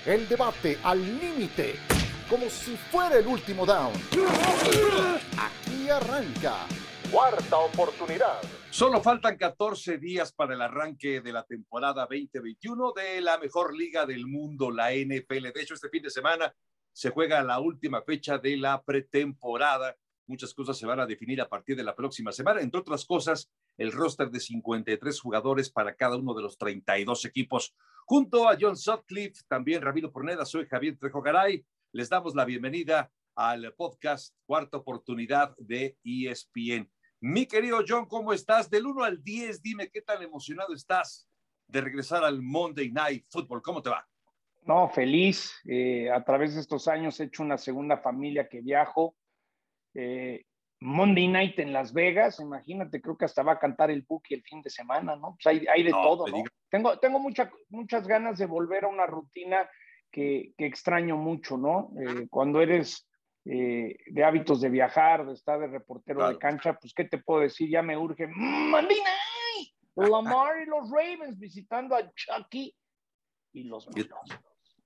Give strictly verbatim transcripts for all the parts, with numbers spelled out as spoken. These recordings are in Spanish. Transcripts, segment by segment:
El debate al límite, como si fuera el último down. Aquí arranca Cuarta Oportunidad. Solo faltan catorce días para el arranque de la temporada veinte veintiuno de la mejor liga del mundo, la N F L. De hecho, este fin de semana se juega la última fecha de la pretemporada. Muchas cosas se van a definir a partir de la próxima semana. Entre otras cosas, el roster de cincuenta y tres jugadores para cada uno de los treinta y dos equipos. Junto a John Sutcliffe, también Ramiro Porneda, soy Javier Trejo Garay. Les damos la bienvenida al podcast Cuarta Oportunidad de E S P N. Mi querido John, ¿cómo estás? Del uno al diez, dime qué tan emocionado estás de regresar al Monday Night Football. ¿Cómo te va? No, feliz. Eh, a través de estos años he hecho una segunda familia que viajo. Eh, Monday Night en Las Vegas, imagínate, creo que hasta va a cantar el Buki el fin de semana, ¿no? Pues hay, hay de no, todo, ¿no? Diga. Tengo, tengo mucha, muchas ganas de volver a una rutina que, que extraño mucho, ¿no? Eh, cuando eres eh, de hábitos de viajar, de estar de reportero claro. de cancha, pues, ¿qué te puedo decir? Ya me urge. Monday Night, Lamar y los Ravens visitando a Chucky y los Malos.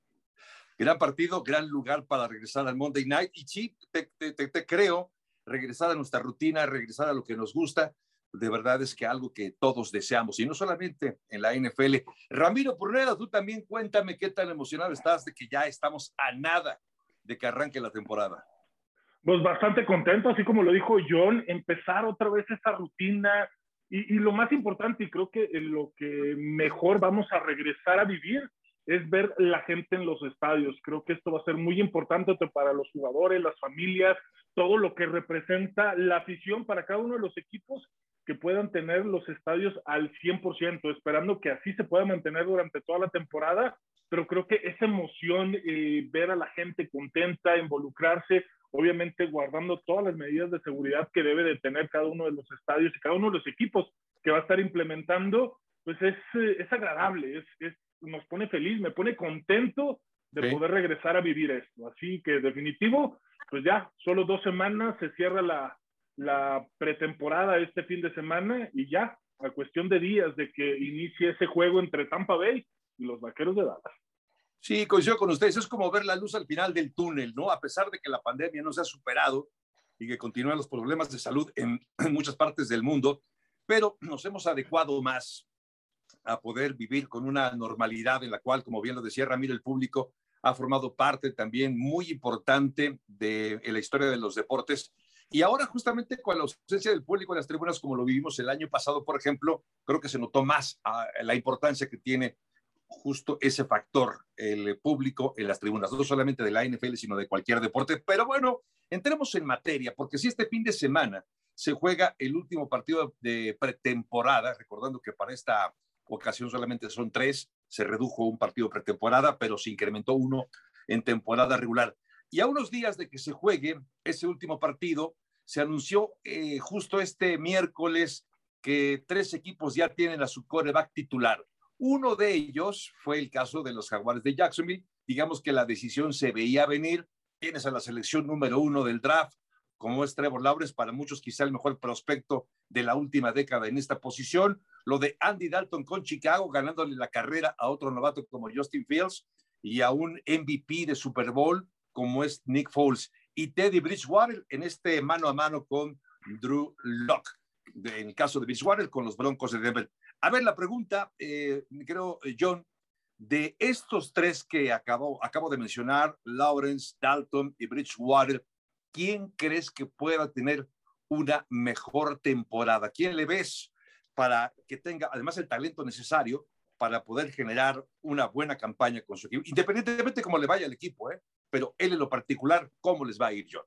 Gran partido, gran lugar para regresar al Monday Night. Y sí, te, te, te, te creo, regresar a nuestra rutina, regresar a lo que nos gusta. De verdad es que algo que todos deseamos, y no solamente en la N F L. Ramiro Porneda, tú también cuéntame qué tan emocionado estás de que ya estamos a nada de que arranque la temporada. Pues bastante contento, así como lo dijo John, empezar otra vez esta rutina. Y, y lo más importante, y creo que lo que mejor vamos a regresar a vivir, es ver la gente en los estadios. Creo que esto va a ser muy importante para los jugadores, las familias, todo lo que representa la afición para cada uno de los equipos, que puedan tener los estadios al cien por ciento, esperando que así se pueda mantener durante toda la temporada. Pero creo que esa emoción, eh, ver a la gente contenta, involucrarse, obviamente guardando todas las medidas de seguridad que debe de tener cada uno de los estadios y cada uno de los equipos que va a estar implementando, pues es, es agradable, es, es nos pone feliz, me pone contento de sí. poder regresar a vivir esto. Así que definitivo, pues ya, solo dos semanas, se cierra la, la pretemporada este fin de semana y ya, a cuestión de días de que inicie ese juego entre Tampa Bay y los Vaqueros de Dallas. Sí, coincido con ustedes, es como ver la luz al final del túnel, ¿no? A pesar de que la pandemia no se ha superado y que continúan los problemas de salud en, en muchas partes del mundo, pero nos hemos adecuado más a poder vivir con una normalidad en la cual, como bien lo decía Ramiro, el público ha formado parte también muy importante de, de la historia de los deportes. Y ahora, justamente con la ausencia del público en las tribunas, como lo vivimos el año pasado, por ejemplo, creo que se notó más a, a la importancia que tiene justo ese factor, el público en las tribunas, no solamente de la N F L, sino de cualquier deporte. Pero bueno, entremos en materia, porque si este fin de semana se juega el último partido de pretemporada, recordando que para esta ocasión solamente son tres, se redujo un partido pretemporada, pero se incrementó uno en temporada regular. Y a unos días de que se juegue ese último partido, se anunció eh, justo este miércoles que tres equipos ya tienen a su quarterback titular. Uno de ellos fue el caso de los Jaguares de Jacksonville. Digamos que la decisión se veía venir. Tienes a la selección número uno del draft, como es Trevor Lawrence, para muchos quizá el mejor prospecto de la última década en esta posición. Lo de Andy Dalton con Chicago, ganándole la carrera a otro novato como Justin Fields y a un M V P de Super Bowl como es Nick Foles. Y Teddy Bridgewater en este mano a mano con Drew Lock, en el caso de Bridgewater con los Broncos de Denver. A ver, la pregunta, eh, creo, John, de estos tres que acabo, acabo de mencionar, Lawrence, Dalton y Bridgewater, ¿quién crees que pueda tener una mejor temporada? ¿Quién le ves para que tenga además el talento necesario para poder generar una buena campaña con su equipo? Independientemente de cómo le vaya al equipo, ¿eh? Pero él en lo particular, ¿cómo les va a ir, John?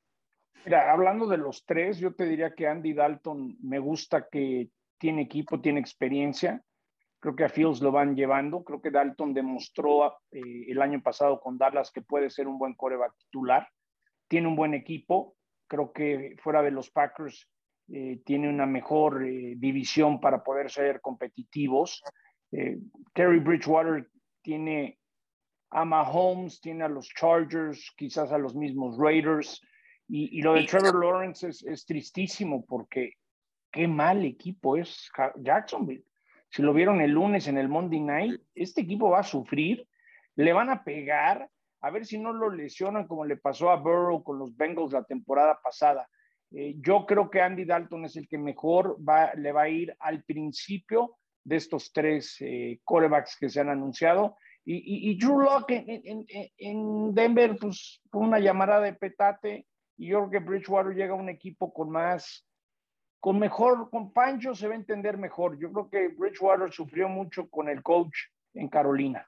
Mira, hablando de los tres, yo te diría que Andy Dalton me gusta que tiene equipo, tiene experiencia. Creo que a Fields lo van llevando. Creo que Dalton demostró eh, el año pasado con Dallas que puede ser un buen quarterback titular. Tiene un buen equipo. Creo que fuera de los Packers eh, tiene una mejor eh, división para poder ser competitivos. Eh, Terry Bridgewater tiene a Mahomes, tiene a los Chargers, quizás a los mismos Raiders. Y, y lo de Trevor Lawrence es, es tristísimo porque qué mal equipo es Jacksonville. Si lo vieron el lunes en el Monday Night, este equipo va a sufrir. le van a pegar, a ver si no lo lesionan como le pasó a Burrow con los Bengals la temporada pasada. Eh, yo creo que Andy Dalton es el que mejor va, le va a ir al principio de estos tres eh, quarterbacks que se han anunciado. Y, y, y Drew Lock en, en, en Denver, pues con una llamada de petate, y yo creo que Bridgewater llega a un equipo con más, con mejor, con Pancho se va a entender mejor. Yo creo que Bridgewater sufrió mucho con el coach en Carolina.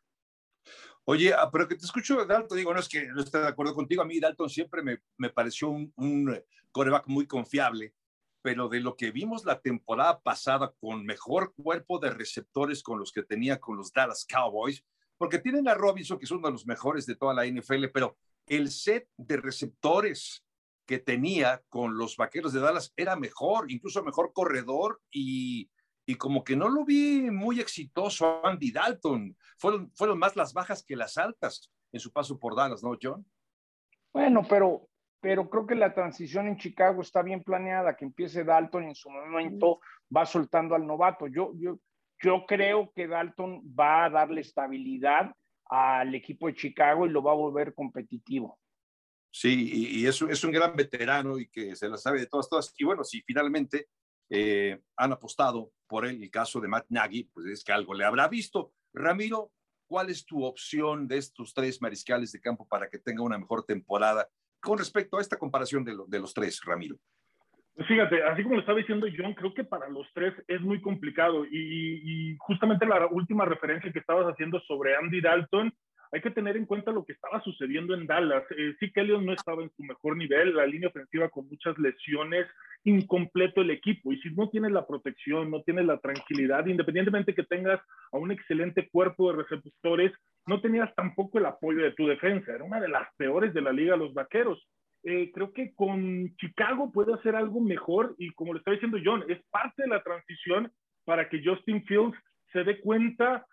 Oye, pero que te escucho, Dalton, digo, no es que no esté de acuerdo contigo, a mí Dalton siempre me, me pareció un, un quarterback muy confiable, pero de lo que vimos la temporada pasada con mejor cuerpo de receptores con los que tenía con los Dallas Cowboys, porque tienen a Robinson, que es uno de los mejores de toda la N F L, pero el set de receptores que tenía con los Vaqueros de Dallas era mejor, incluso mejor corredor, y, y como que no lo vi muy exitoso Andy Dalton. Fueron, fueron más las bajas que las altas en su paso por Dallas, ¿no, John? Bueno, pero, pero creo que la transición en Chicago está bien planeada, que empiece Dalton y en su momento va soltando al novato. Yo, yo, yo creo que Dalton va a darle estabilidad al equipo de Chicago y lo va a volver competitivo. Sí, y, y es, es un gran veterano y que se la sabe de todas, todas. Y bueno, si finalmente eh, han apostado por él, el caso de Matt Nagy, pues es que algo le habrá visto. Ramiro, ¿cuál es tu opción de estos tres mariscales de campo para que tenga una mejor temporada con respecto a esta comparación de, lo, de los tres, Ramiro? Fíjate, así como lo estaba diciendo John, creo que para los tres es muy complicado y, y justamente la última referencia que estabas haciendo sobre Andy Dalton, hay que tener en cuenta lo que estaba sucediendo en Dallas. Eh, sí que Elliott no estaba en su mejor nivel, la línea ofensiva con muchas lesiones, incompleto el equipo, y si no tienes la protección, no tienes la tranquilidad, independientemente que tengas a un excelente cuerpo de receptores, no tenías tampoco el apoyo de tu defensa, era una de las peores de la liga los Vaqueros. Eh, creo que con Chicago puede hacer algo mejor y como le está diciendo John, es parte de la transición para que Justin Fields se dé cuenta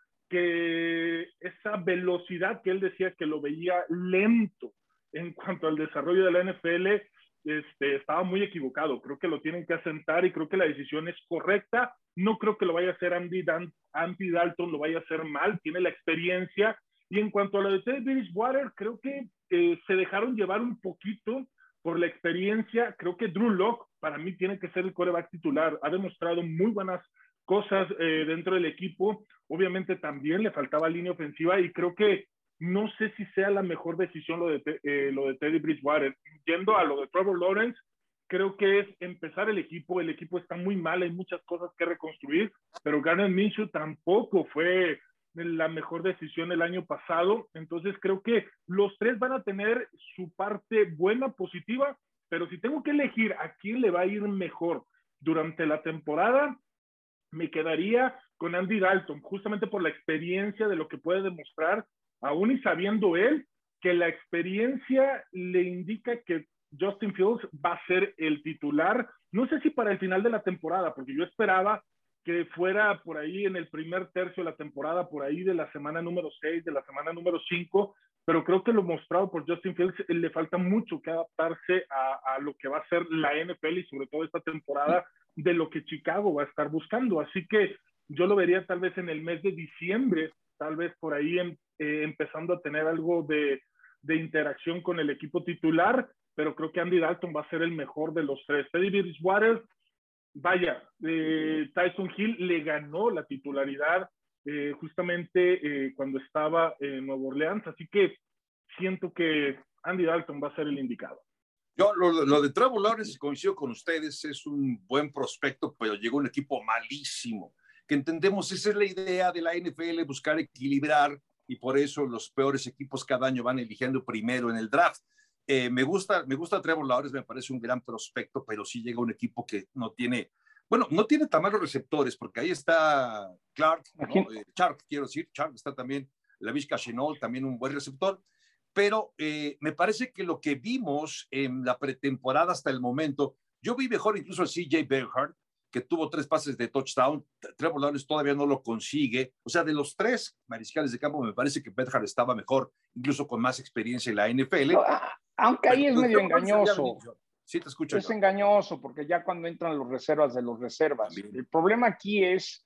que esa velocidad que él decía que lo veía lento en cuanto al desarrollo de la N F L, este, estaba muy equivocado. Creo que lo tienen que asentar y creo que la decisión es correcta. No creo que lo vaya a hacer Andy, Dan, Andy Dalton, lo vaya a hacer mal, tiene la experiencia. Y en cuanto a lo de Teddy Bridgewater, creo que eh, se dejaron llevar un poquito por la experiencia. Creo que Drew Lock para mí tiene que ser el quarterback titular. Ha demostrado muy buenas cosas eh, dentro del equipo. Obviamente también le faltaba línea ofensiva y creo que no sé si sea la mejor decisión lo de, eh, lo de Teddy Bridgewater. Yendo a lo de Trevor Lawrence, creo que es empezar el equipo. El equipo está muy mal, hay muchas cosas que reconstruir, pero Gardner Minshew tampoco fue la mejor decisión el año pasado. Entonces creo que los tres van a tener su parte buena, positiva, pero si tengo que elegir a quién le va a ir mejor durante la temporada, me quedaría con Andy Dalton, justamente por la experiencia de lo que puede demostrar, aún y sabiendo él que la experiencia le indica que Justin Fields va a ser el titular, no sé si para el final de la temporada, porque yo esperaba que fuera por ahí en el primer tercio de la temporada, por ahí de la semana número seis, de la semana número cinco, pero creo que lo mostrado por Justin Fields le falta mucho que adaptarse a, a lo que va a ser la N F L y sobre todo esta temporada de lo que Chicago va a estar buscando. Así que yo lo vería tal vez en el mes de diciembre, tal vez por ahí en, eh, empezando a tener algo de, de interacción con el equipo titular, pero creo que Andy Dalton va a ser el mejor de los tres. Teddy Bridgewater, vaya, eh, Tyson Hill le ganó la titularidad eh, justamente eh, cuando estaba en Nueva Orleans, así que siento que Andy Dalton va a ser el indicado. Yo, lo, lo de Trevor Lawrence, coincido con ustedes, es un buen prospecto, pero llegó un equipo malísimo, que entendemos, esa es la idea de la N F L, buscar equilibrar, y por eso los peores equipos cada año van eligiendo primero en el draft. Eh, me gusta, me gusta Trevor Lawrence, me parece un gran prospecto, pero sí llega un equipo que no tiene, bueno, no tiene tan malos receptores, porque ahí está Clark, ¿no? eh, Chark, quiero decir, Chark está también, Laviska Shenault, también un buen receptor, pero eh, me parece que lo que vimos en la pretemporada hasta el momento, yo vi mejor incluso a C J Beathard, que tuvo tres pases de touchdown. Trevor Lawrence todavía no lo consigue. O sea, de los tres mariscales de campo, me parece que Beathard estaba mejor, incluso con más experiencia en la N F L. No, aunque ahí es medio engañoso. Sí, te escucho. Es engañoso, porque ya cuando entran los reservas de los reservas. También. El problema aquí es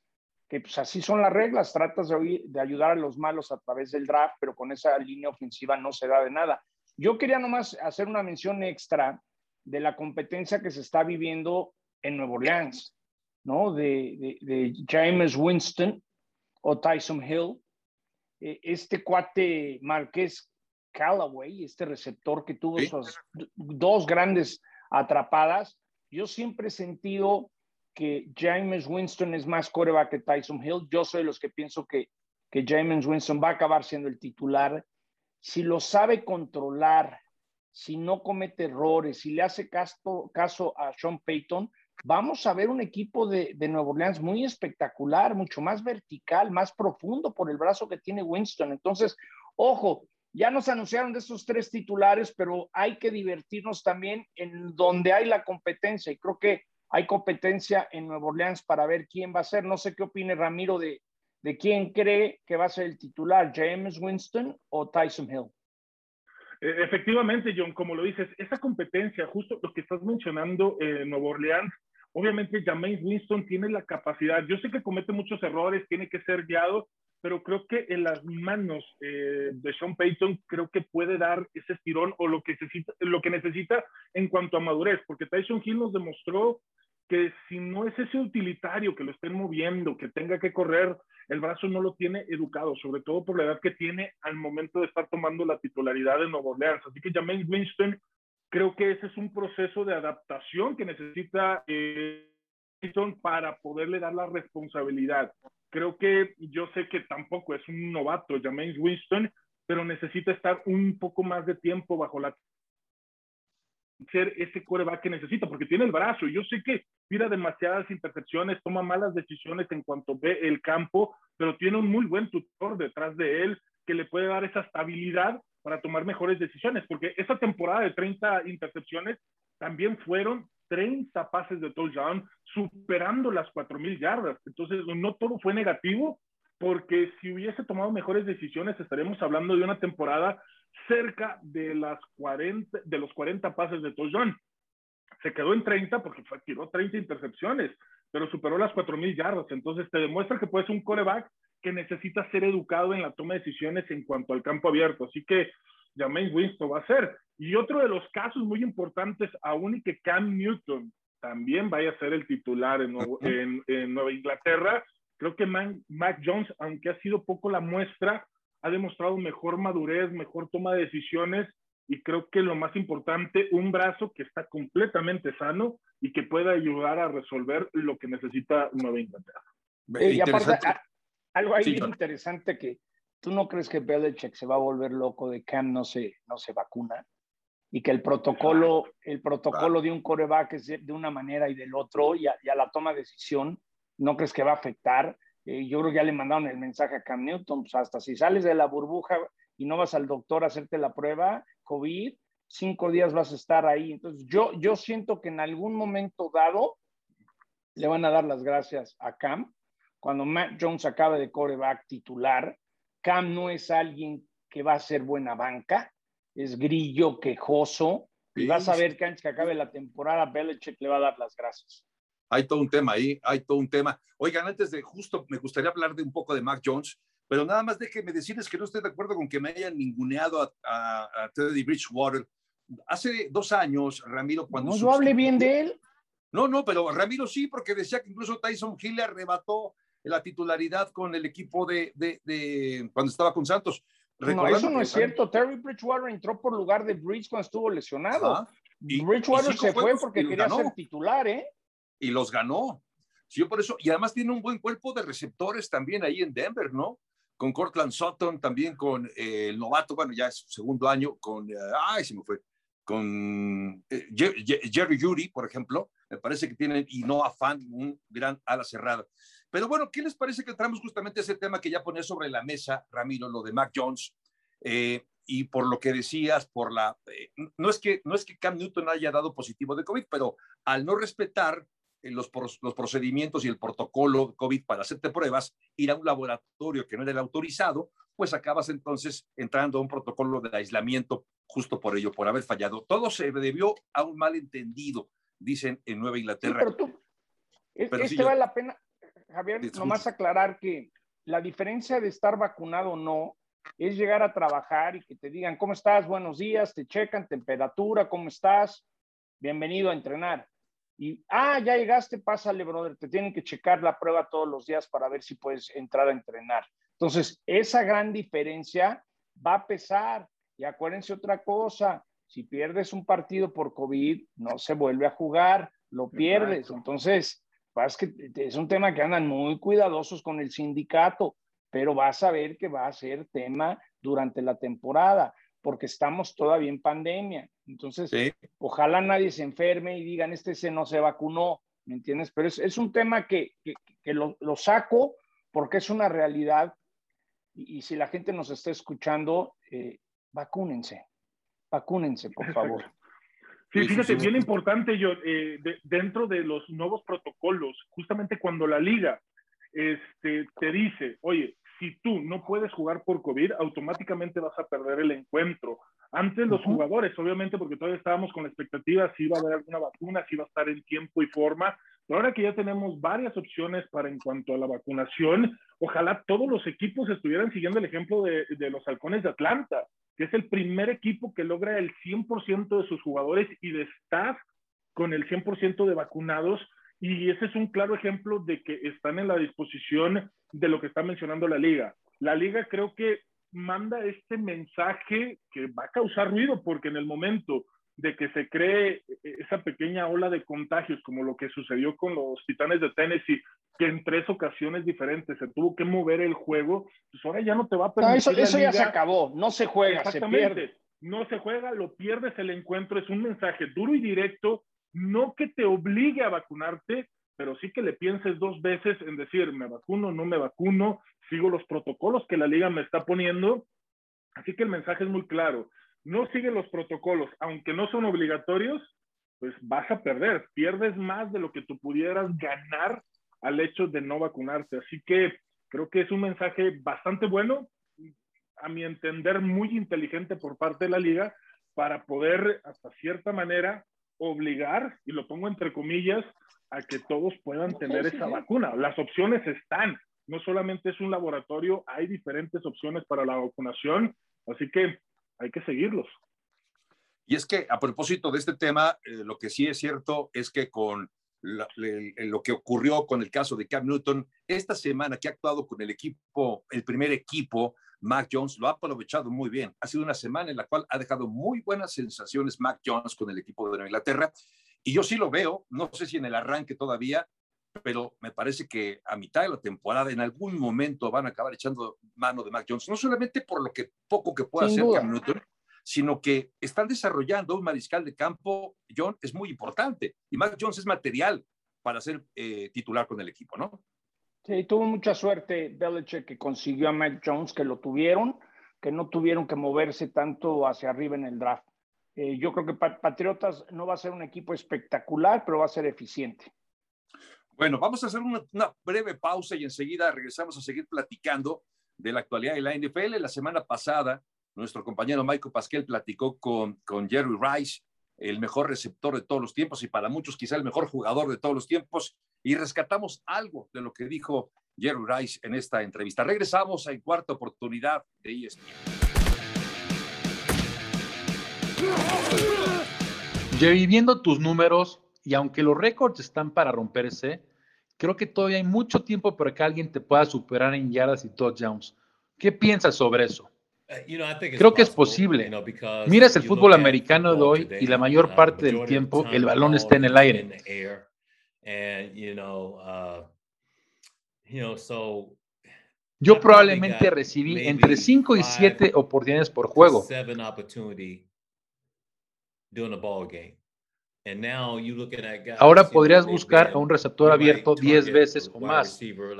que pues así son las reglas, tratas de, de ayudar a los malos a través del draft, pero con esa línea ofensiva no se da de nada. Yo quería nomás hacer una mención extra de la competencia que se está viviendo en Nueva Orleans, ¿no? De, de, de Jameis Winston o Taysom Hill, eh, este cuate Marqués Callaway, este receptor que tuvo ¿sí? sus dos grandes atrapadas. Yo siempre he sentido que Jameis Winston es más quarterback que Taysom Hill. Yo soy de los que pienso que, que Jameis Winston va a acabar siendo el titular. Si lo sabe controlar, si no comete errores, si le hace caso, caso a Sean Payton, vamos a ver un equipo de, de Nueva Orleans muy espectacular, mucho más vertical, más profundo por el brazo que tiene Winston. Entonces, ojo, ya nos anunciaron de estos tres titulares, pero hay que divertirnos también en donde hay la competencia, y creo que hay competencia en Nueva Orleans para ver quién va a ser. No sé qué opine Ramiro de, de quién cree que va a ser el titular, Jameis Winston o Taysom Hill. Efectivamente, John, como lo dices, esa competencia, justo lo que estás mencionando en eh, Nueva Orleans, obviamente Jameis Winston tiene la capacidad, yo sé que comete muchos errores, tiene que ser guiado, pero creo que en las manos eh, de Sean Payton creo que puede dar ese estirón o lo que, necesita, lo que necesita en cuanto a madurez, porque Taysom Hill nos demostró que si no es ese utilitario que lo estén moviendo, que tenga que correr, el brazo no lo tiene educado, sobre todo por la edad que tiene al momento de estar tomando la titularidad de Nueva Orleans. Así que Jameis Winston, creo que ese es un proceso de adaptación que necesita eh, para poderle dar la responsabilidad. Creo que yo sé que tampoco es un novato Jameis Winston, pero necesita estar un poco más de tiempo bajo la ser ese quarterback que necesita, porque tiene el brazo. Yo sé que tira demasiadas intercepciones, toma malas decisiones en cuanto ve el campo, pero tiene un muy buen tutor detrás de él que le puede dar esa estabilidad para tomar mejores decisiones, porque esa temporada de treinta intercepciones también fueron treinta pases de touchdown, superando las cuatro mil yardas. Entonces, no todo fue negativo, porque si hubiese tomado mejores decisiones, estaríamos hablando de una temporada cerca de, las cuarenta, de los cuarenta pases de touchdown. Se quedó en treinta porque fue, tiró treinta intercepciones, pero superó las cuatro mil yardas. Entonces te demuestra que puedes ser un quarterback que necesita ser educado en la toma de decisiones en cuanto al campo abierto. Así que Jameis Winston va a ser. Y otro de los casos muy importantes, aún y que Cam Newton también vaya a ser el titular en, Nuevo, en, en Nueva Inglaterra, creo que Man, Mac Jones, aunque ha sido poco la muestra, ha demostrado mejor madurez, mejor toma de decisiones, y creo que lo más importante, un brazo que está completamente sano y que pueda ayudar a resolver lo que necesita Nueva Inglaterra. Eh, y aparte, a, algo ahí sí, bien interesante, que tú no crees que Belichick se va a volver loco de Cam no se, no se vacuna, y que el protocolo, el protocolo de un quarterback es de, de una manera y del otro, y a, y a la toma de decisión, ¿no crees que va a afectar? Eh, yo creo que ya le mandaron el mensaje a Cam Newton, pues hasta si sales de la burbuja y no vas al doctor a hacerte la prueba COVID, cinco días vas a estar ahí. Entonces yo, yo siento que en algún momento dado le van a dar las gracias a Cam. Cuando Matt Jones acabe de quarterback titular, Cam no es alguien que va a ser buena banca, es grillo, quejoso, y sí, vas a ver que antes que acabe la temporada Belichick le va a dar las gracias. Hay todo un tema ahí, hay todo un tema. Oigan, antes de justo, me gustaría hablar de un poco de Mac Jones, pero nada más déjenme decirles que no estoy de acuerdo con que me hayan ninguneado a, a, a Teddy Bridgewater. Hace dos años, Ramiro, cuando... No, yo hablé bien de él. No, no, pero Ramiro sí, porque decía que incluso Taysom Hill le arrebató la titularidad con el equipo de, de, de cuando estaba con Santos. No, eso no es cierto. Terry Bridgewater entró por lugar de Bridge cuando estuvo lesionado. Ajá. Y, Bridgewater y se fue porque quería ganó. ser titular, ¿eh? Y los ganó. Sí, yo por eso, y además tiene un buen cuerpo de receptores también ahí en Denver, ¿no? Con Cortland Sutton, también con eh, el novato, bueno, ya es su segundo año, con, eh, ay, se me fue, con eh, Jerry Jeudy, por ejemplo, me parece que tienen, y Noah Fant, un gran ala cerrada. Pero bueno, ¿qué les parece que entramos justamente a ese tema que ya ponía sobre la mesa, Ramiro, lo de Mac Jones? Eh, y por lo que decías, por la, eh, no, es que, no es que Cam Newton haya dado positivo de COVID, pero al no respetar Los, los procedimientos y el protocolo COVID para hacerte pruebas, ir a un laboratorio que no era el autorizado, pues acabas entonces entrando a un protocolo de aislamiento justo por ello, por haber fallado. Todo se debió a un malentendido, dicen en Nueva Inglaterra. Sí, pero tú, pero este sí, vale yo... la pena, Javier, Disculpe. nomás aclarar que la diferencia de estar vacunado o no es llegar a trabajar y que te digan, ¿cómo estás? Buenos días, te checan temperatura, ¿cómo estás? Bienvenido a entrenar. Y, ah, ya llegaste, pásale, brother, te tienen que checar la prueba todos los días para ver si puedes entrar a entrenar. Entonces, esa gran diferencia va a pesar. Y acuérdense otra cosa, si pierdes un partido por COVID, no se vuelve a jugar, lo pierdes. Exacto. Entonces, es que es un tema que andan muy cuidadosos con el sindicato, pero vas a ver que va a ser tema durante la temporada, porque estamos todavía en pandemia. Entonces, sí. Ojalá nadie se enferme y digan, este se no se vacunó, ¿me entiendes? Pero es, es un tema que, que, que lo, lo saco porque es una realidad y, y si la gente nos está escuchando, eh, vacúnense, vacúnense, por favor. Sí, fíjate, bien importante, yo, eh, de, dentro de los nuevos protocolos, justamente cuando la liga este, te dice, oye, si tú no puedes jugar por COVID, automáticamente vas a perder el encuentro. Antes los uh-huh. jugadores, obviamente, porque todavía estábamos con la expectativa si iba a haber alguna vacuna, si iba a estar en tiempo y forma, pero ahora que ya tenemos varias opciones para en cuanto a la vacunación, ojalá todos los equipos estuvieran siguiendo el ejemplo de, de los Halcones de Atlanta, que es el primer equipo que logra el cien por ciento de sus jugadores y de staff con el cien por ciento de vacunados, y ese es un claro ejemplo de que están en la disposición de lo que está mencionando la liga. La liga creo que manda este mensaje que va a causar ruido, porque en el momento de que se cree esa pequeña ola de contagios, como lo que sucedió con los Titanes de Tennessee, que en tres ocasiones diferentes se tuvo que mover el juego, pues ahora ya no te va a permitir. No, eso la eso liga. Ya se acabó, no se juega, se pierde. No se juega, lo pierdes el encuentro, es un mensaje duro y directo, no que te obligue a vacunarte, pero sí que le pienses dos veces en decir, me vacuno, no me vacuno, sigo los protocolos que la liga me está poniendo. Así que el mensaje es muy claro. No sigue los protocolos, aunque no son obligatorios, pues vas a perder. Pierdes más de lo que tú pudieras ganar al hecho de no vacunarte. Así que creo que es un mensaje bastante bueno, a mi entender muy inteligente por parte de la liga, para poder, hasta cierta manera, obligar, y lo pongo entre comillas, a que todos puedan tener esa vacuna. Las opciones están. No solamente es un laboratorio, hay diferentes opciones para la vacunación, así que hay que seguirlos. Y es que a propósito de este tema, eh, lo que sí es cierto es que con la, le, lo que ocurrió con el caso de Cam Newton, esta semana que ha actuado con el equipo, el primer equipo, Mac Jones lo ha aprovechado muy bien. Ha sido una semana en la cual ha dejado muy buenas sensaciones Mac Jones con el equipo de Nueva Inglaterra. Y yo sí lo veo, no sé si en el arranque todavía, pero me parece que a mitad de la temporada en algún momento van a acabar echando mano de Mac Jones, no solamente por lo que poco que pueda hacer Cam Newton, sino que están desarrollando un mariscal de campo, John, es muy importante, y Mac Jones es material para ser eh, titular con el equipo, ¿no? Sí, tuvo mucha suerte Belichick que consiguió a Mac Jones, que lo tuvieron, que no tuvieron que moverse tanto hacia arriba en el draft. Eh, yo creo que Patriotas no va a ser un equipo espectacular, pero va a ser eficiente. Bueno, vamos a hacer una, una breve pausa y enseguida regresamos a seguir platicando de la actualidad de la N F L. La semana pasada, nuestro compañero Michael Pasquel platicó con, con Jerry Rice, el mejor receptor de todos los tiempos y para muchos quizá el mejor jugador de todos los tiempos, y rescatamos algo de lo que dijo Jerry Rice en esta entrevista. Regresamos a Cuarta Oportunidad de E S P N. Jerry, viendo tus números, y aunque los récords están para romperse, creo que todavía hay mucho tiempo para que alguien te pueda superar en yardas y touchdowns. ¿Qué piensas sobre eso? Creo que es posible. Miras el fútbol americano de hoy y la mayor parte del tiempo el balón está en el aire. Yo probablemente recibí entre cinco y siete oportunidades por juego. Ahora podrías buscar a un receptor abierto diez veces o más.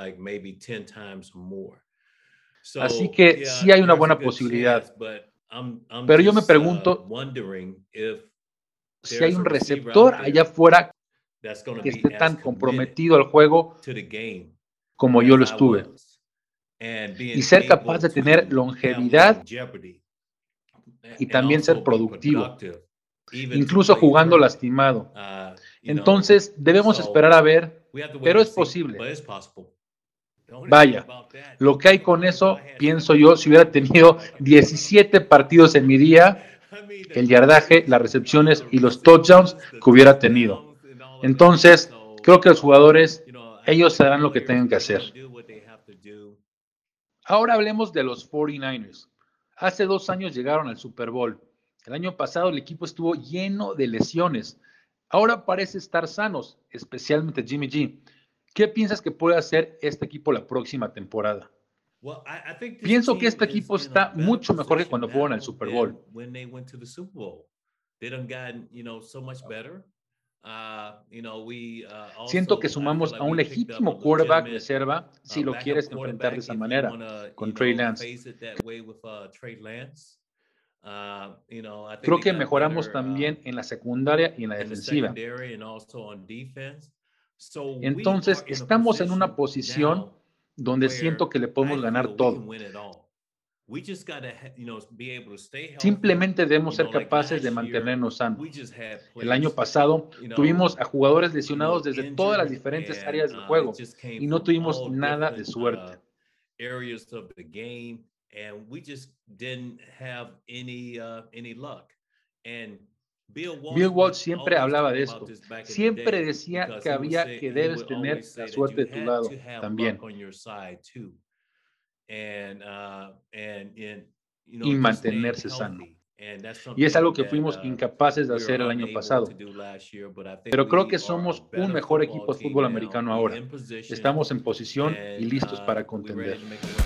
Así que sí hay una buena posibilidad. Pero yo me pregunto si hay un receptor allá afuera que esté tan comprometido al juego como yo lo estuve. Y ser capaz de tener longevidad y también ser productivo, incluso jugando lastimado. Entonces debemos esperar a ver, pero es posible. Vaya, lo que hay con eso, pienso yo, si hubiera tenido diecisiete partidos en mi día, el yardaje, las recepciones y los touchdowns que hubiera tenido. Entonces, creo que los jugadores, ellos sabrán lo que tengan que hacer. Ahora hablemos de los cuarenta y nueve ers. Hace dos años llegaron al Super Bowl. El año pasado el equipo estuvo lleno de lesiones. Ahora parece estar sanos, especialmente Jimmy G. ¿Qué piensas que puede hacer este equipo la próxima temporada? Pienso que este equipo está mucho mejor que cuando fueron al Super Bowl. Siento que sumamos a un legítimo quarterback reserva si lo quieres enfrentar de esa manera, con Trey Lance. Creo que mejoramos también en la secundaria y en la defensiva. Entonces, estamos en una posición donde siento que le podemos ganar todo. Simplemente debemos ser capaces de mantenernos sanos. El año pasado tuvimos a jugadores lesionados desde todas las diferentes áreas del juego y no tuvimos nada de suerte. Bill Walsh siempre hablaba de esto. Siempre decía que había que debes tener la suerte de tu lado también. Y mantenerse sano. Y es algo que fuimos incapaces de hacer el año pasado. Pero creo que somos un mejor equipo de fútbol americano ahora. Estamos en posición y listos para contender.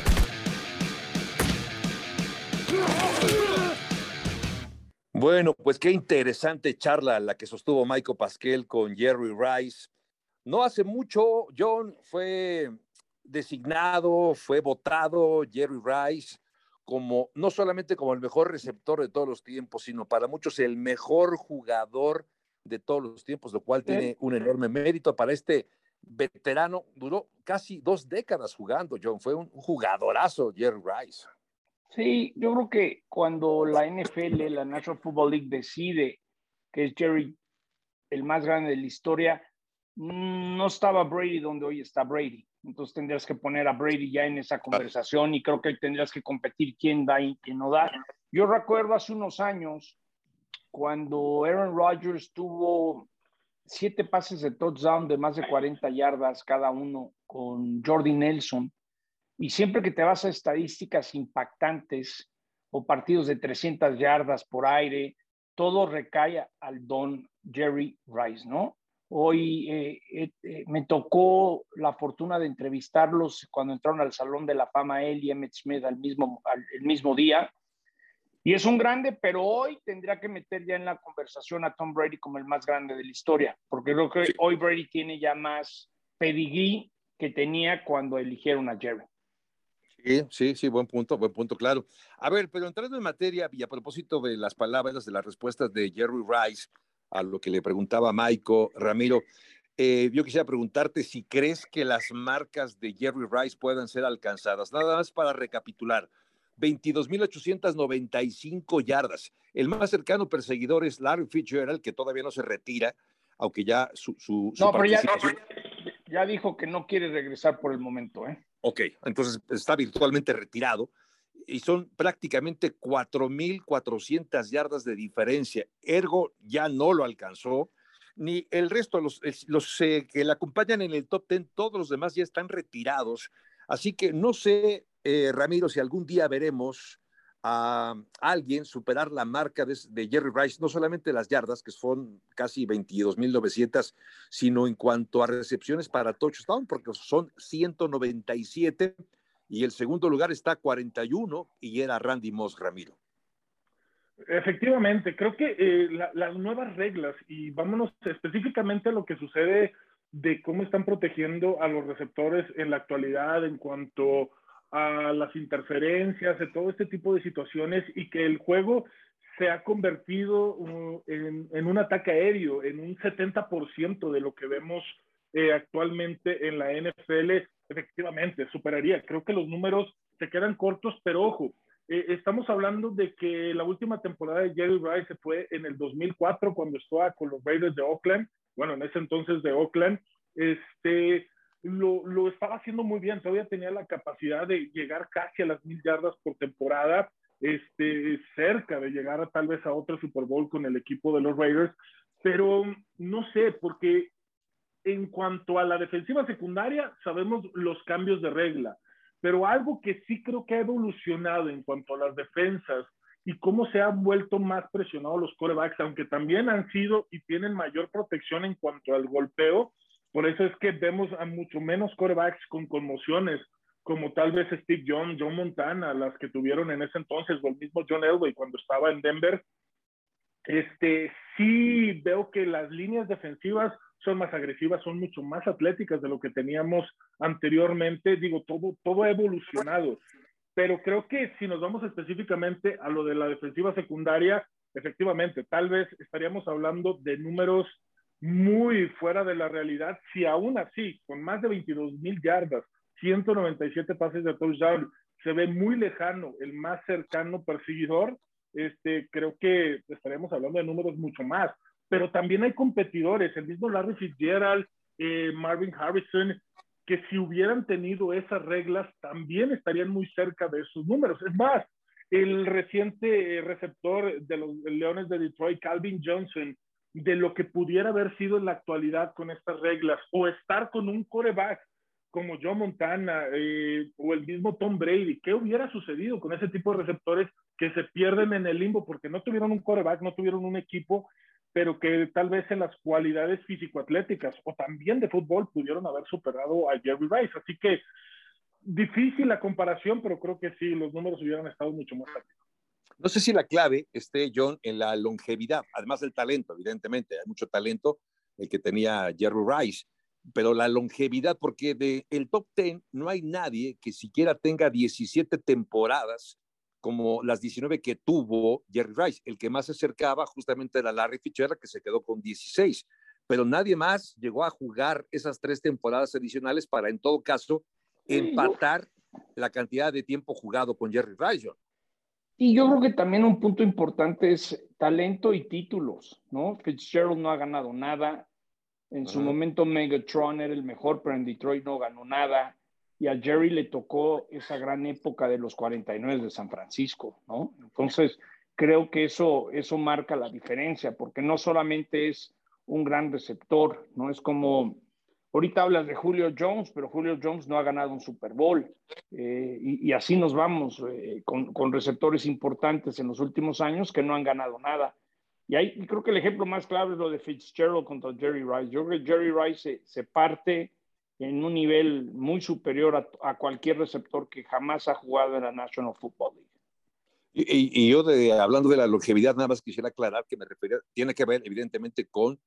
Bueno, pues qué interesante charla la que sostuvo Michael Pascal con Jerry Rice. No hace mucho, John, fue designado, fue votado Jerry Rice como, no solamente como el mejor receptor de todos los tiempos, sino para muchos el mejor jugador de todos los tiempos, lo cual tiene un enorme mérito para este veterano. Duró casi dos décadas jugando, John. Fue un jugadorazo Jerry Rice. Sí, yo creo que cuando la N F L, la National Football League, decide que es Jerry el más grande de la historia, no estaba Brady donde hoy está Brady. Entonces tendrías que poner a Brady ya en esa conversación y creo que tendrías que competir quién da y quién no da. Yo recuerdo hace unos años cuando Aaron Rodgers tuvo siete pases de touchdown de más de cuarenta yardas cada uno con Jordy Nelson. Y siempre que te vas a estadísticas impactantes o partidos de trescientas yardas por aire, todo recae al don Jerry Rice, ¿no? Hoy eh, eh, eh, me tocó la fortuna de entrevistarlos cuando entraron al Salón de la Fama él y Emmitt Smith al mismo, al, el mismo día. Y es un grande, pero hoy tendría que meter ya en la conversación a Tom Brady como el más grande de la historia, porque creo que sí. Hoy Brady tiene ya más pedigrí que tenía cuando eligieron a Jerry. Sí, sí, sí, buen punto, buen punto, claro. A ver, pero entrando en materia y a propósito de las palabras, de las respuestas de Jerry Rice a lo que le preguntaba Michael, Ramiro, eh, yo quisiera preguntarte si crees que las marcas de Jerry Rice puedan ser alcanzadas. Nada más para recapitular, veintidós mil ochocientas noventa y cinco yardas. El más cercano perseguidor es Larry Fitzgerald, que todavía no se retira, aunque ya su, su, su no, participación... pero ya, ya dijo que no quiere regresar por el momento, ¿eh? Ok, entonces está virtualmente retirado y son prácticamente cuatro mil cuatrocientas yardas de diferencia. Ergo ya no lo alcanzó, ni el resto, los, los eh, que le acompañan en el top diez, todos los demás ya están retirados. Así que no sé, eh, Ramiro, si algún día veremos a alguien superar la marca de, de Jerry Rice, no solamente las yardas, que son casi veintidós mil novecientas, sino en cuanto a recepciones para touchdown, porque son ciento noventa y siete, y el segundo lugar está cuarenta y uno, y era Randy Moss, Ramiro. Efectivamente, creo que eh, la, las nuevas reglas, y vámonos específicamente a lo que sucede de cómo están protegiendo a los receptores en la actualidad en cuanto a las interferencias, de todo este tipo de situaciones, y que el juego se ha convertido uh, en, en un ataque aéreo, en un setenta por ciento de lo que vemos eh, actualmente en la N F L. Efectivamente, superaría. Creo que los números se quedan cortos, pero ojo, eh, estamos hablando de que la última temporada de Jerry Rice fue en el dos mil cuatro, cuando estaba con los Raiders de Oakland, bueno, en ese entonces de Oakland. Este... lo, lo estaba haciendo muy bien, todavía tenía la capacidad de llegar casi a las mil yardas por temporada, este, cerca de llegar a, tal vez a otro Super Bowl con el equipo de los Raiders, pero no sé, porque en cuanto a la defensiva secundaria, sabemos los cambios de regla, pero algo que sí creo que ha evolucionado en cuanto a las defensas y cómo se han vuelto más presionados los quarterbacks, aunque también han sido y tienen mayor protección en cuanto al golpeo. Por eso es que vemos a mucho menos quarterbacks con conmociones, como tal vez Steve Young, Joe Montana, las que tuvieron en ese entonces, o el mismo John Elway cuando estaba en Denver. Este, sí veo que las líneas defensivas son más agresivas, son mucho más atléticas de lo que teníamos anteriormente. Digo, todo, todo ha evolucionado. Pero creo que si nos vamos específicamente a lo de la defensiva secundaria, efectivamente, tal vez estaríamos hablando de números muy fuera de la realidad, si aún así, con más de veintidós mil yardas, ciento noventa y siete pases de touchdown, se ve muy lejano el más cercano perseguidor, este, creo que estaríamos hablando de números mucho más. Pero también hay competidores, el mismo Larry Fitzgerald, eh, Marvin Harrison, que si hubieran tenido esas reglas también estarían muy cerca de esos números. Es más, el reciente receptor de los Leones de Detroit, Calvin Johnson, de lo que pudiera haber sido en la actualidad con estas reglas, o estar con un quarterback como Joe Montana eh, o el mismo Tom Brady, ¿qué hubiera sucedido con ese tipo de receptores que se pierden en el limbo porque no tuvieron un quarterback, no tuvieron un equipo, pero que tal vez en las cualidades físico-atléticas o también de fútbol pudieron haber superado a Jerry Rice? Así que difícil la comparación, pero creo que sí, los números hubieran estado mucho más rápidos. No sé si la clave esté, John, en la longevidad, además del talento, evidentemente, hay mucho talento el que tenía Jerry Rice, pero la longevidad, porque del de top diez no hay nadie que siquiera tenga diecisiete temporadas como las diecinueve que tuvo Jerry Rice. El que más se acercaba justamente era Larry Fitzgerald, que se quedó con dieciséis, pero nadie más llegó a jugar esas tres temporadas adicionales para, en todo caso, empatar la cantidad de tiempo jugado con Jerry Rice, John. Y yo creo que también un punto importante es talento y títulos, ¿no? Fitzgerald no ha ganado nada. En su uh-huh. momento Megatron era el mejor, pero en Detroit no ganó nada. Y a Jerry le tocó esa gran época de los cuarenta y nueve de San Francisco, ¿no? Entonces, creo que eso, eso marca la diferencia, porque no solamente es un gran receptor, ¿no? Es como, ahorita hablas de Julio Jones, pero Julio Jones no ha ganado un Super Bowl. Eh, y, y así nos vamos eh, con, con receptores importantes en los últimos años que no han ganado nada. Y, hay, y creo que el ejemplo más claro es lo de Fitzgerald contra Jerry Rice. Yo creo que Jerry Rice se, se parte en un nivel muy superior a, a cualquier receptor que jamás ha jugado en la National Football League. Y, y, y yo, de, hablando de la longevidad, nada más quisiera aclarar que me refería, tiene que ver evidentemente con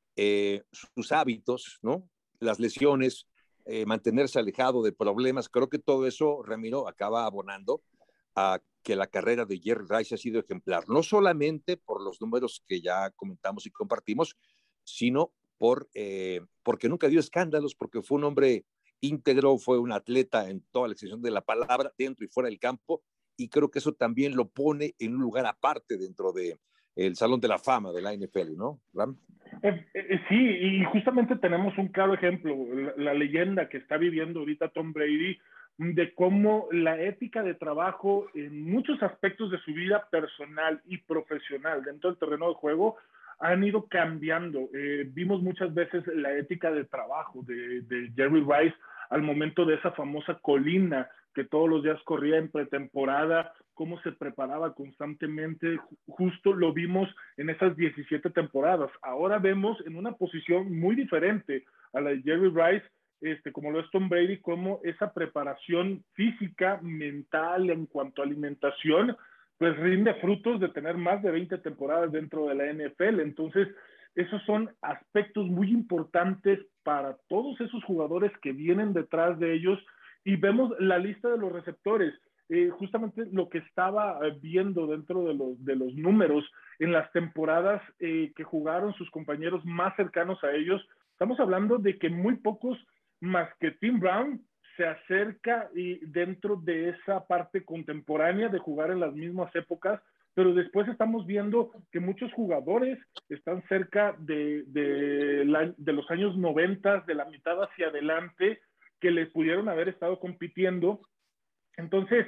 eh, sus hábitos, ¿no? Las lesiones, eh, mantenerse alejado de problemas. Creo que todo eso, Ramiro, acaba abonando a que la carrera de Jerry Rice ha sido ejemplar, no solamente por los números que ya comentamos y compartimos, sino por, eh, porque nunca dio escándalos, porque fue un hombre íntegro, fue un atleta en toda la extensión de la palabra, dentro y fuera del campo, y creo que eso también lo pone en un lugar aparte dentro del de Salón de la Fama de la N F L, ¿no, Ram? Eh, eh, sí, y justamente tenemos un claro ejemplo, la, la leyenda que está viviendo ahorita Tom Brady, de cómo la ética de trabajo en muchos aspectos de su vida personal y profesional dentro del terreno de juego han ido cambiando. Eh, vimos muchas veces la ética de trabajo de, de Jerry Rice al momento de esa famosa colina que todos los días corría en pretemporada, cómo se preparaba constantemente, justo lo vimos en esas diecisiete temporadas. Ahora vemos en una posición muy diferente a la de Jerry Rice, este, como lo es Tom Brady, como esa preparación física, mental, en cuanto a alimentación, pues rinde frutos de tener más de veinte temporadas dentro de la N F L. Entonces, esos son aspectos muy importantes para todos esos jugadores que vienen detrás de ellos. Y vemos la lista de los receptores, eh, justamente lo que estaba viendo dentro de los, de los números en las temporadas eh, que jugaron sus compañeros más cercanos a ellos. Estamos hablando de que muy pocos más que Tim Brown se acerca y dentro de esa parte contemporánea de jugar en las mismas épocas, pero después estamos viendo que muchos jugadores están cerca de, de, la, de los años noventa, de la mitad hacia adelante, que les pudieron haber estado compitiendo. Entonces,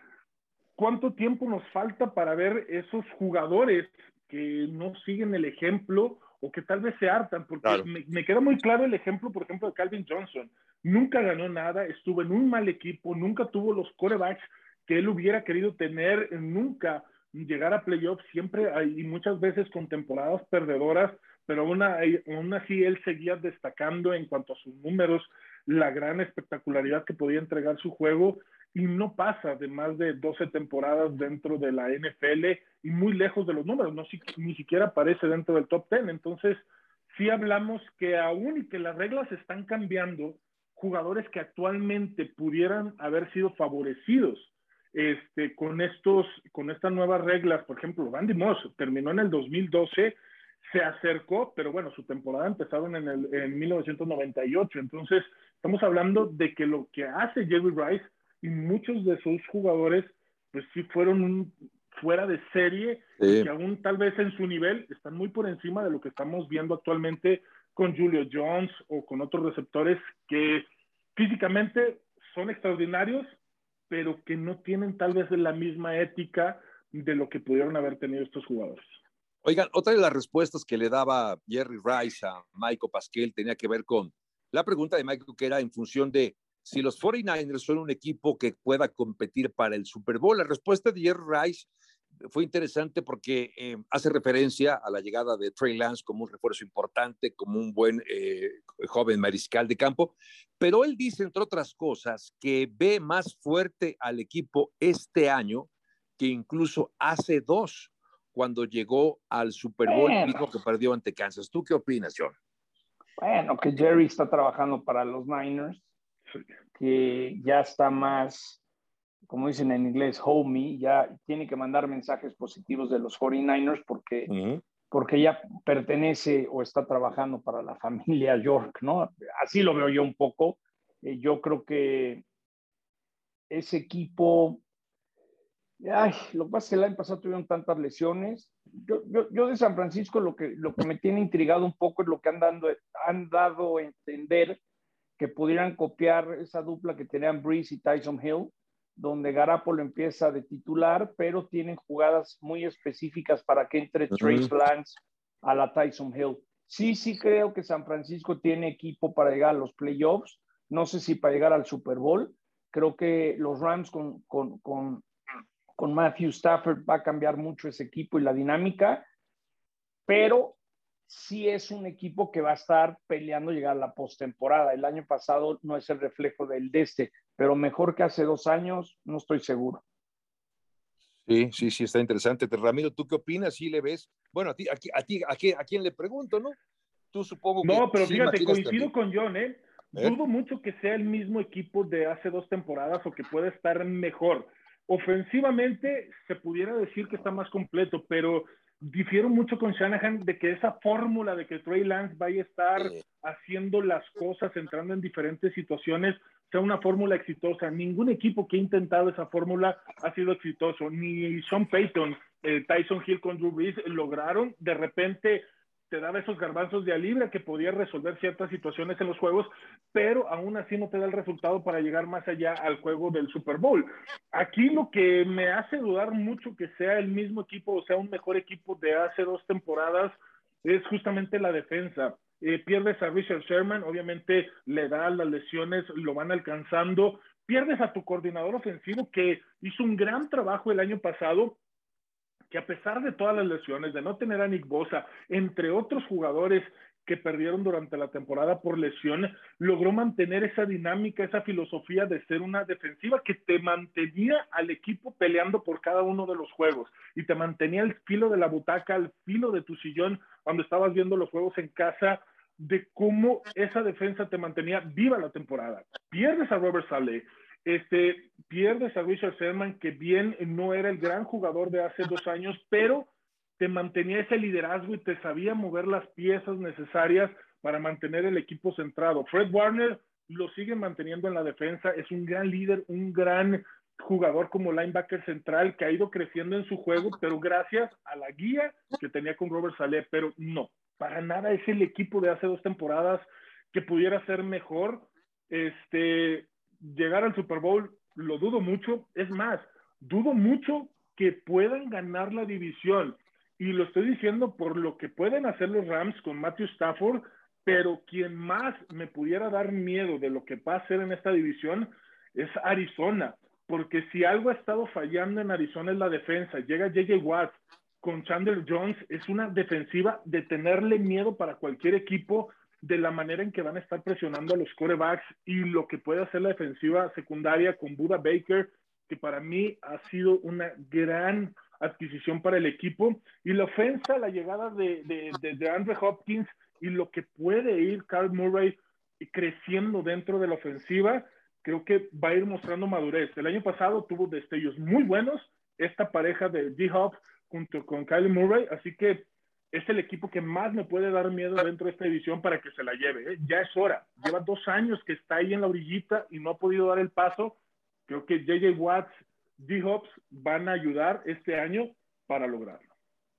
¿cuánto tiempo nos falta para ver esos jugadores que no siguen el ejemplo o que tal vez se hartan? Porque claro. me, me queda muy claro el ejemplo, por ejemplo, de Calvin Johnson. Nunca ganó nada, estuvo en un mal equipo, nunca tuvo los quarterbacks que él hubiera querido tener, nunca llegar a playoffs, siempre y muchas veces con temporadas perdedoras, pero aún, aún así él seguía destacando en cuanto a sus números, la gran espectacularidad que podía entregar su juego, y no pasa de más de doce temporadas dentro de la N F L y muy lejos de los números, no, ni siquiera aparece dentro del top diez. Entonces, sí hablamos que aún y que las reglas están cambiando, jugadores que actualmente pudieran haber sido favorecidos este, con, estos, con estas nuevas reglas, por ejemplo, Randy Moss terminó en el dos mil doce, se acercó, pero bueno, su temporada empezaron en, el, en mil novecientos noventa y ocho, entonces estamos hablando de que lo que hace Jerry Rice y muchos de sus jugadores, pues sí fueron un, fuera de serie, sí. Y que aún tal vez en su nivel están muy por encima de lo que estamos viendo actualmente con Julio Jones o con otros receptores que físicamente son extraordinarios, pero que no tienen tal vez la misma ética de lo que pudieron haber tenido estos jugadores. Oigan, otra de las respuestas que le daba Jerry Rice a Michael Pasquel tenía que ver con la pregunta de Michael, que era en función de si los cuarenta y nueve ers son un equipo que pueda competir para el Super Bowl. La respuesta de Jerry Rice fue interesante porque eh, hace referencia a la llegada de Trey Lance como un refuerzo importante, como un buen eh, joven mariscal de campo, pero él dice, entre otras cosas, que ve más fuerte al equipo este año que incluso hace dos, cuando llegó al Super Bowl, bueno, mismo que perdió ante Kansas. ¿Tú qué opinas, John? Bueno, que Jerry está trabajando para los Niners, que ya está más, como dicen en inglés, homey, ya tiene que mandar mensajes positivos de los cuarenta y nueve ers porque, uh-huh. porque ya pertenece o está trabajando para la familia York, ¿no? Así lo veo yo un poco. Eh, yo creo que ese equipo, ay, lo que pasa es que el año pasado tuvieron tantas lesiones. Yo, yo, yo de San Francisco lo que, lo que me tiene intrigado un poco es lo que han, dando, han dado a entender que pudieran copiar esa dupla que tenían Breeze y Tyson Hill, donde Garoppolo empieza de titular, pero tienen jugadas muy específicas para que entre uh-huh. Trey Lance a la Tyson Hill. Sí, sí creo que San Francisco tiene equipo para llegar a los playoffs, no sé si para llegar al Super Bowl. Creo que los Rams con, con, con, con Matthew Stafford va a cambiar mucho ese equipo y la dinámica, pero sí es un equipo que va a estar peleando llegar a la postemporada. El año pasado no es el reflejo del de este, pero mejor que hace dos años, no estoy seguro. Sí, sí, sí, está interesante. Ramiro, ¿tú qué opinas? ¿Sí le ves? Bueno, a ti, a, a, ti, a, quién, ¿a quién le pregunto, no? Tú supongo que... No, pero sí, fíjate, coincido también. con John, ¿eh? ¿eh? Dudo mucho que sea el mismo equipo de hace dos temporadas o que pueda estar mejor. Ofensivamente se pudiera decir que está más completo, pero difiero mucho con Shanahan de que esa fórmula de que Trey Lance vaya a estar sí. haciendo las cosas, entrando en diferentes situaciones, sea una fórmula exitosa. Ningún equipo que ha intentado esa fórmula ha sido exitoso. Ni Sean Payton, eh, Tyson Hill con Drew Brees lograron. De repente te daba esos garbanzos de a libre que podía resolver ciertas situaciones en los juegos, pero aún así no te da el resultado para llegar más allá al juego del Super Bowl. Aquí lo que me hace dudar mucho que sea el mismo equipo o sea un mejor equipo de hace dos temporadas es justamente la defensa. Eh, pierdes a Richard Sherman, obviamente le da las lesiones, lo van alcanzando. Pierdes a tu coordinador ofensivo que hizo un gran trabajo el año pasado, que a pesar de todas las lesiones, de no tener a Nick Bosa, entre otros jugadores que perdieron durante la temporada por lesión, logró mantener esa dinámica, esa filosofía de ser una defensiva que te mantenía al equipo peleando por cada uno de los juegos y te mantenía al filo de la butaca, al filo de tu sillón cuando estabas viendo los juegos en casa, de cómo esa defensa te mantenía viva la temporada. Pierdes a Robert Saleh, Este, pierdes a Richard Sherman, que bien no era el gran jugador de hace dos años, pero te mantenía ese liderazgo y te sabía mover las piezas necesarias para mantener el equipo centrado. Fred Warner lo sigue manteniendo en la defensa, es un gran líder, un gran jugador como linebacker central que ha ido creciendo en su juego, pero gracias a la guía que tenía con Robert Saleh. Pero no, para nada es el equipo de hace dos temporadas que pudiera ser mejor. Este, llegar al Super Bowl lo dudo mucho. Es más, dudo mucho que puedan ganar la división. Y lo estoy diciendo por lo que pueden hacer los Rams con Matthew Stafford, pero quien más me pudiera dar miedo de lo que va a hacer en esta división es Arizona, porque si algo ha estado fallando en Arizona es la defensa. Llega J J Watt con Chandler Jones, es una defensiva de tenerle miedo para cualquier equipo, de la manera en que van a estar presionando a los quarterbacks y lo que puede hacer la defensiva secundaria con Budda Baker, que para mí ha sido una gran adquisición para el equipo, y la ofensa, la llegada de, de, de, de Andrew Hopkins y lo que puede ir Kyle Murray creciendo dentro de la ofensiva, creo que va a ir mostrando madurez. El año pasado tuvo destellos muy buenos esta pareja de D-Hop junto con Kyle Murray, así que es el equipo que más me puede dar miedo dentro de esta división para que se la lleve, ¿eh? Ya es hora. Lleva dos años que está ahí en la orillita y no ha podido dar el paso. Creo que J J Watts, D-Hops van a ayudar este año para lograrlo.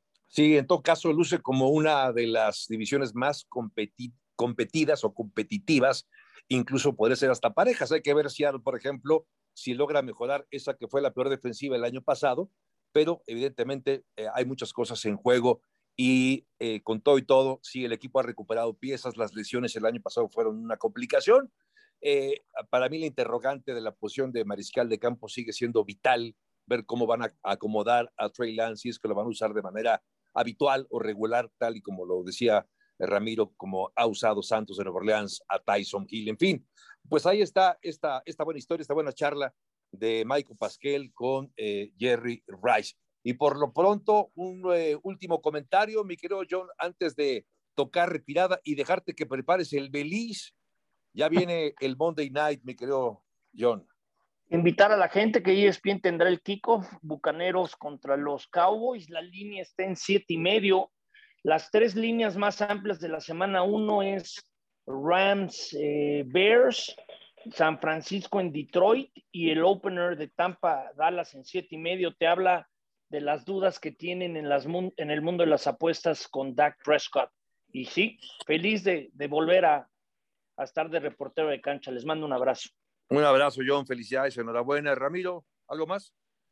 Sí, en todo caso luce como una de las divisiones más competi- competidas o competitivas, incluso podría ser hasta parejas. Hay que ver si, por ejemplo, si logra mejorar esa que fue la peor defensiva el año pasado, pero evidentemente eh, hay muchas cosas en juego y eh, con todo y todo, sí, el equipo ha recuperado piezas. Las lesiones el año pasado fueron una complicación. Eh, para mí la interrogante de la posición de mariscal de campo sigue siendo vital, ver cómo van a acomodar a Trey Lance, si es que lo van a usar de manera habitual o regular, tal y como lo decía Ramiro, como ha usado Santos de Nueva Orleans a Tyson Hill. En fin, pues ahí está esta, esta buena historia, esta buena charla de Michael Pascal con eh, Jerry Rice. Y por lo pronto, un eh, último comentario, mi querido John, antes de tocar retirada y dejarte que prepares el Belize. Ya viene el Monday Night, mi querido John. Invitar a la gente que E S P N tendrá el kickoff, Bucaneros contra los Cowboys. La línea está en siete y medio. Las tres líneas más amplias de la semana uno es Rams, eh, Bears, San Francisco en Detroit y el opener de Tampa, Dallas en siete y medio. Te habla de las dudas que tienen en, las, en el mundo de las apuestas con Dak Prescott. Y sí, feliz de, de volver a, a estar de reportero de cancha. Les mando un abrazo. Un abrazo, John. Felicidades, enhorabuena. Ramiro, ¿algo más?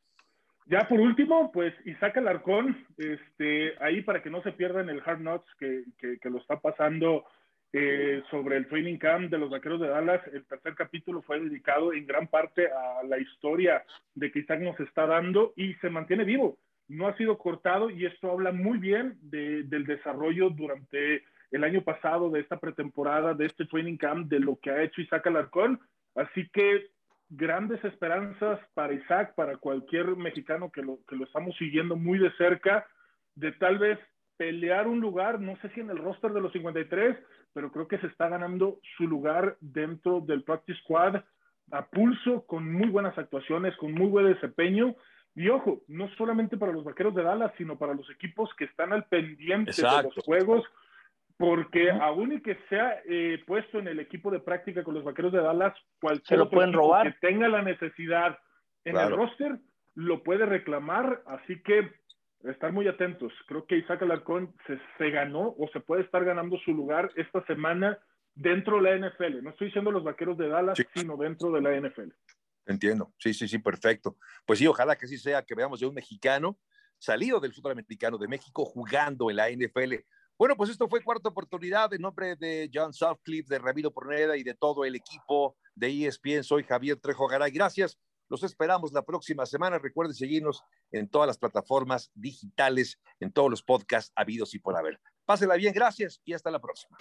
Ya por último, pues Isaac Alarcón, este, ahí para que no se pierdan el Hard Knocks que, que, que lo está pasando eh, sobre el training camp de los Vaqueros de Dallas. El tercer capítulo fue dedicado en gran parte a la historia de que Isaac nos está dando y se mantiene vivo. No ha sido cortado y esto habla muy bien de, del desarrollo durante el año pasado, de esta pretemporada, de este training camp, de lo que ha hecho Isaac Alarcón. Así que grandes esperanzas para Isaac, para cualquier mexicano que lo, que lo estamos siguiendo muy de cerca, de tal vez pelear un lugar, no sé si en el roster de los cincuenta y tres, pero creo que se está ganando su lugar dentro del practice squad a pulso, con muy buenas actuaciones, con muy buen desempeño. Y ojo, no solamente para los Vaqueros de Dallas, sino para los equipos que están al pendiente Exacto. de los juegos, porque aún y que sea eh, puesto en el equipo de práctica con los Vaqueros de Dallas, cualquier lo pueden equipo robar. que tenga la necesidad en Claro. el roster lo puede reclamar, así que estar muy atentos. Creo que Isaac Alarcón se, se ganó o se puede estar ganando su lugar esta semana dentro de la N F L. No estoy diciendo los Vaqueros de Dallas, Sí. sino dentro de la N F L. Entiendo, sí, sí, sí, perfecto. Pues sí, ojalá que así sea, que veamos ya un mexicano salido del fútbol americano de México jugando en la N F L. Bueno, pues esto fue Cuarta Oportunidad. En nombre de John Sutcliffe, de Ramiro Porneda y de todo el equipo de E S P N, soy Javier Trejo Garay. Gracias, los esperamos la próxima semana. Recuerden seguirnos en todas las plataformas digitales, en todos los podcasts habidos y por haber. Pásenla bien, gracias y hasta la próxima.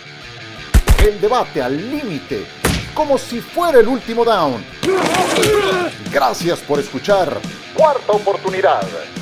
El debate al límite, como si fuera el último down. Gracias por escuchar Cuarta Oportunidad.